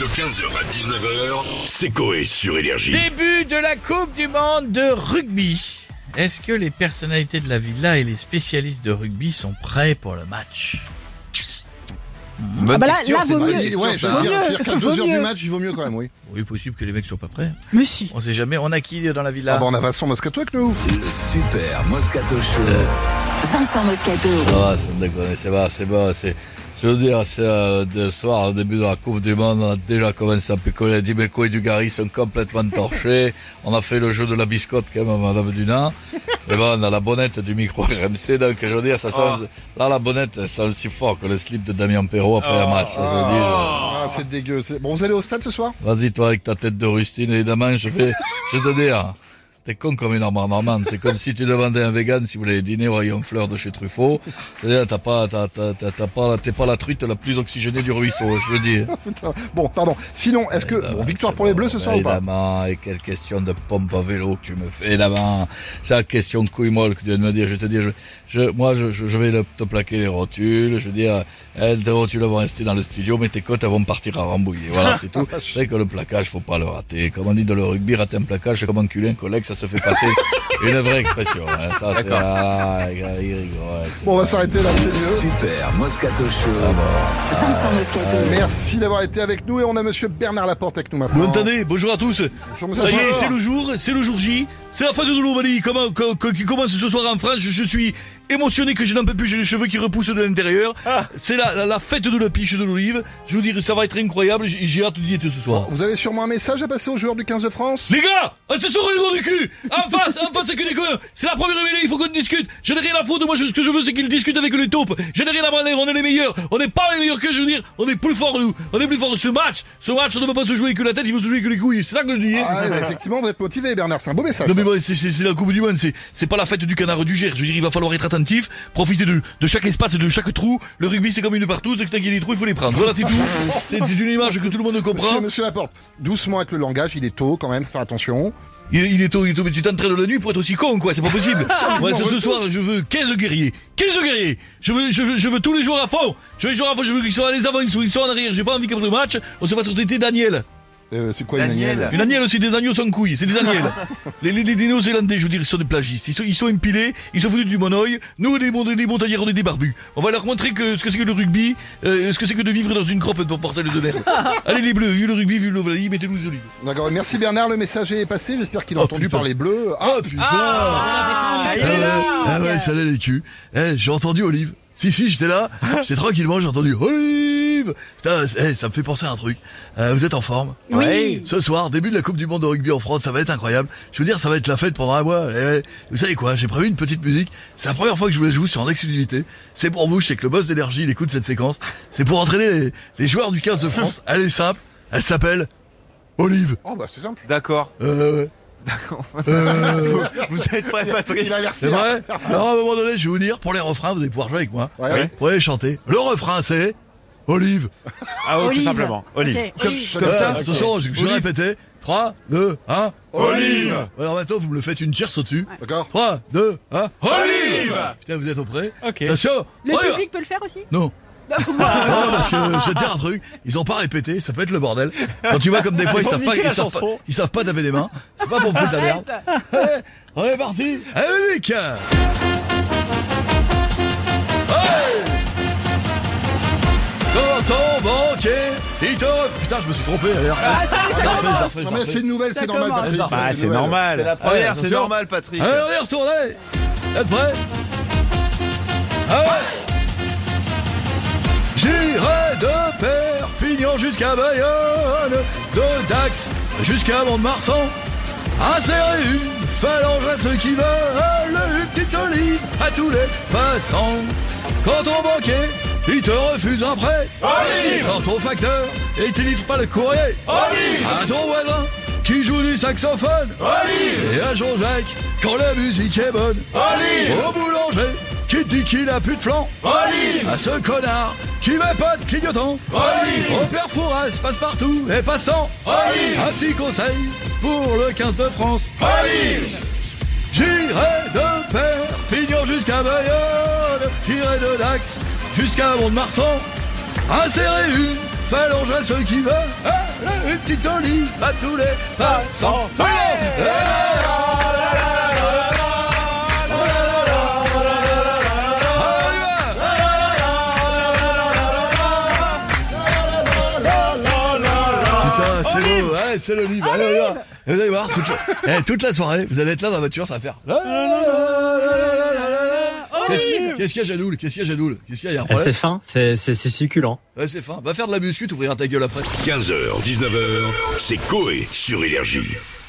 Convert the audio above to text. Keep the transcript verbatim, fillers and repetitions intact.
De quinze heures à dix-neuf heures, c'est Coé sur Énergie. Début de la Coupe du Monde de rugby. Est-ce que les personnalités de la villa et les spécialistes de rugby sont prêts pour le match? Bonne Ah bah là, question, là, c'est vaut une bonne mieux. question, Ouais, je ça. veux Vaut dire, mieux, je veux dire qu'à vaut deux heures mieux. du match, il vaut mieux quand même, oui. Oui, possible que les mecs soient pas prêts. Mais si. On sait jamais. On a qui dans la villa? Ah bah on a Vincent Moscato avec nous. Le super Moscato Show. Vincent Moscato. Ça va, c'est déconne, c'est bon, c'est bon, c'est... Je veux dire, c'est euh, le soir, au début de la Coupe du Monde, on a déjà commencé à picoler. Dimeco et Dugarry sont complètement torchés. On a fait le jeu de la biscotte quand même, Madame Dunant. Et bon, on a la bonnette du micro R M C, donc je veux dire, ça sent... Oh. Là, la bonnette, elle sent si fort que le slip de Damien Perrault après un match. Ça se dit, Ah, c'est dégueu. c'est- Bon, vous allez au stade ce soir? Vas-y, toi, avec ta tête de rustine, évidemment, je vais, je vais te dire, t'es con comme une armoire normande. C'est comme si tu demandais à un vegan si vous voulez dîner au rayon fleurs de chez Truffaut. C'est-à-dire, t'as pas, t'as, t'as, t'as, t'as pas, t'es pas la truite la plus oxygénée du ruisseau, je veux dire. Putain. Bon, pardon. Sinon, est-ce que Évidemment, bon, victoire c'est pour les bon. Bleus ce soir ou pas? Évidemment, et quelle question de pompe à vélo que tu me fais, évidemment. C'est la question couille molle que tu viens de me dire. Je vais te dire, je, je, moi, je, je vais le- te plaquer les rotules. Je veux dire, elles, tes rotules vont rester dans le studio, mais tes côtes, elles vont partir à rambouiller. Voilà, c'est tout. C'est vrai que le plaquage, faut pas le rater. Comme on dit dans le rugby, rater un plaquage, c'est comme enculer un collègue, ça se fait passer une vraie expression. Hein. Ça, c'est, ah, il rigole, ouais, c'est Bon, on va vrai. s'arrêter là, c'est mieux. Super Moscato Show. Vincent Moscato. Merci d'avoir été avec nous et on a monsieur Bernard Laporte avec nous maintenant. Vous m'entendez? Bonjour à tous. Bonjour, monsieur Ça y est, Laporte. c'est le jour, c'est le jour J, c'est la fête de l'Ovalie comment, co- co- qui commence ce soir en France. Je, je suis émotionné que je n'en peux plus, j'ai les cheveux qui repoussent de l'intérieur. C'est la, la, la fête de la piche de l'olive. Je vous dire, ça va être incroyable, j'ai j'ai hâte d'y être ce soir. Vous avez sûrement un message à passer aux joueurs du quinze de France? Les gars, ah, ce soir le gros du cul. En face, en face, c'est que des cons. C'est la première mêlée, il faut qu'on discute. Je n'ai rien à foutre, moi je- ce que je veux c'est qu'ils discutent avec les taupes. Je n'ai rien à branler, on est les meilleurs. On n'est pas les meilleurs que je veux dire, on est plus forts nous. On est plus forts. Ce match, ce match, on ne peut pas se jouer que la tête, il faut se jouer que les couilles. C'est ça que je dis. hein. Ah, ouais, bah, effectivement, vous êtes motivé, Bernard. C'est un beau message. Non mais ça. bon, c'est, c'est, c'est la Coupe du Monde, c'est, c'est pas la fête du canard du Gers. Je veux dire, il va falloir être attentif, profiter de, de chaque espace, de chaque trou. Le rugby c'est comme une partouze, dès qu'il y a des trous, il faut les prendre. Voilà, c'est tout. C'est, c'est une image que tout le monde comprend. Monsieur, monsieur Laporte, doucement avec le langage, il est tôt quand même, faire attention. Il, il est tôt, il est tôt, mais tu t'entraînes la nuit pour être aussi con, quoi, c'est pas possible. Ouais, ce, ce soir, je veux quinze guerriers. quinze guerriers. Je veux, je veux, je veux tous les jours à fond. Je veux les jours à fond, je veux qu'ils soient les avant, qu'ils soient en arrière. J'ai pas envie qu'après le match, on se fasse traiter Daniel. Euh, c'est quoi une Daniel? Une agnelle, c'est des agneaux sans couilles, c'est des agnelles. les, les, les Néo-Zélandais, je veux dire, ils sont des plagistes. Ils sont, ils sont empilés, ils sont foutus du monoeil. Nous, les, mon- les montagnards, on est des barbus. On va leur montrer que, ce que c'est que le rugby, euh, ce que c'est que de vivre dans une grotte de portail de mer. Allez les bleus, vive le rugby, vive l'Ovalie, mettez-nous les olives. D'accord, merci Bernard, le message est passé, j'espère qu'il a Oh, entendu putain. parler bleu. Ah, putain. Ah, il Ah est là. ouais, ah ouais, ça allait les culs. Eh, j'ai entendu Olive. Si, si, j'étais là, j'étais tranquillement, j'ai entendu Olive. Putain, eh, ça me fait penser à un truc. Euh, vous êtes en forme? Oui. Ce soir, début de la Coupe du Monde de rugby en France, ça va être incroyable. Je veux dire, ça va être la fête pendant un mois. Eh, vous savez quoi, j'ai prévu une petite musique. C'est la première fois que je vous la joue sur en exclusivité. C'est pour vous, je sais que le boss d'énergie, il écoute cette séquence. C'est pour entraîner les, les joueurs du quinze de France. Elle est simple, elle s'appelle Olive. Oh bah c'est simple. D'accord. Euh, euh, Vous êtes prêts, Patrick? Il a l'air c'est fier. vrai? Alors à un moment donné, je vais vous dire, pour les refrains, vous allez pouvoir jouer avec moi. Ouais, ouais. Vous pouvez chanter. Le refrain, c'est Olive. Ah oui, Olive. tout simplement. Olive. Ok, Comme, Olive. comme ça. Euh, attention, je, je vais répéter. trois, deux, un. Olive. Alors maintenant, vous me le faites une tierce au-dessus. D'accord. trois, deux, un. Olive. Putain, vous êtes au prêt? Ok. Attention. Le on y va. public peut le faire aussi? Non. Non, parce que je vais te dire un truc, ils ont pas répété, ça peut être le bordel. Quand tu vois comme des fois ils Ils vont savent pas, niquer ils la savent pas, chanson. ils savent pas taper des mains. C'est pas pour me foutre la merde. Arrête. Allez, on est parti. Allez, musique. Hey. Quand ton banquier, il te... Putain, je me suis trompé. Allez, refais. Ah, ça y est, ça Je refais, je commence. refais, je Non mais refais. c'est une nouvelle, Ça c'est normal commence. Patrick. Bah, c'est une nouvelle. normal. C'est la première, Allez, c'est attention. normal, Patrick. Allez, on y retourne, allez. Êtes prêts? Ah ouais. J'irai de Perpignan jusqu'à Bayonne, de Dax jusqu'à Mont-de-Marsan, insérer une phalange à ceux qui veulent, une petite olive à tous les passants. Quand ton banquier, il te refuse un prêt, olive. Quand ton facteur, il te livre pas le courrier, olive. À ton voisin, qui joue du saxophone, olive. Et à Jean-Jacques, quand la musique est bonne, olive. Au boulanger, qui te dit qu'il a plus de flan, olive. À ce connard, qui met pas de clignotant, olive. Au père Fouras, passe partout et passant, olive. Un petit conseil pour le quinze de France, olive. J'irai de Perpignan jusqu'à Bayonne, j'irai de Dax jusqu'à Mont-de-Marsan, insérer une phalange à ceux qui veulent, ah, une petite olive à tous les passants. C'est beau, ouais, c'est l'olive. Allez, allez, allez. Vous allez voir, toute la, eh, toute la soirée, vous allez être là dans la voiture, ça va faire. Qu'est-ce qu'il qu'est-ce qu'il y a, Janoul? Qu'est-ce qu'il y a, Janoul? Qu'est-ce qu'il y a, y a un problème? C'est fin, c'est, c'est, c'est succulent. Ouais, c'est fin. Va faire de la muscu, t'ouvriras ta gueule après. quinze heures, dix-neuf heures, c'est Coé sur Énergie.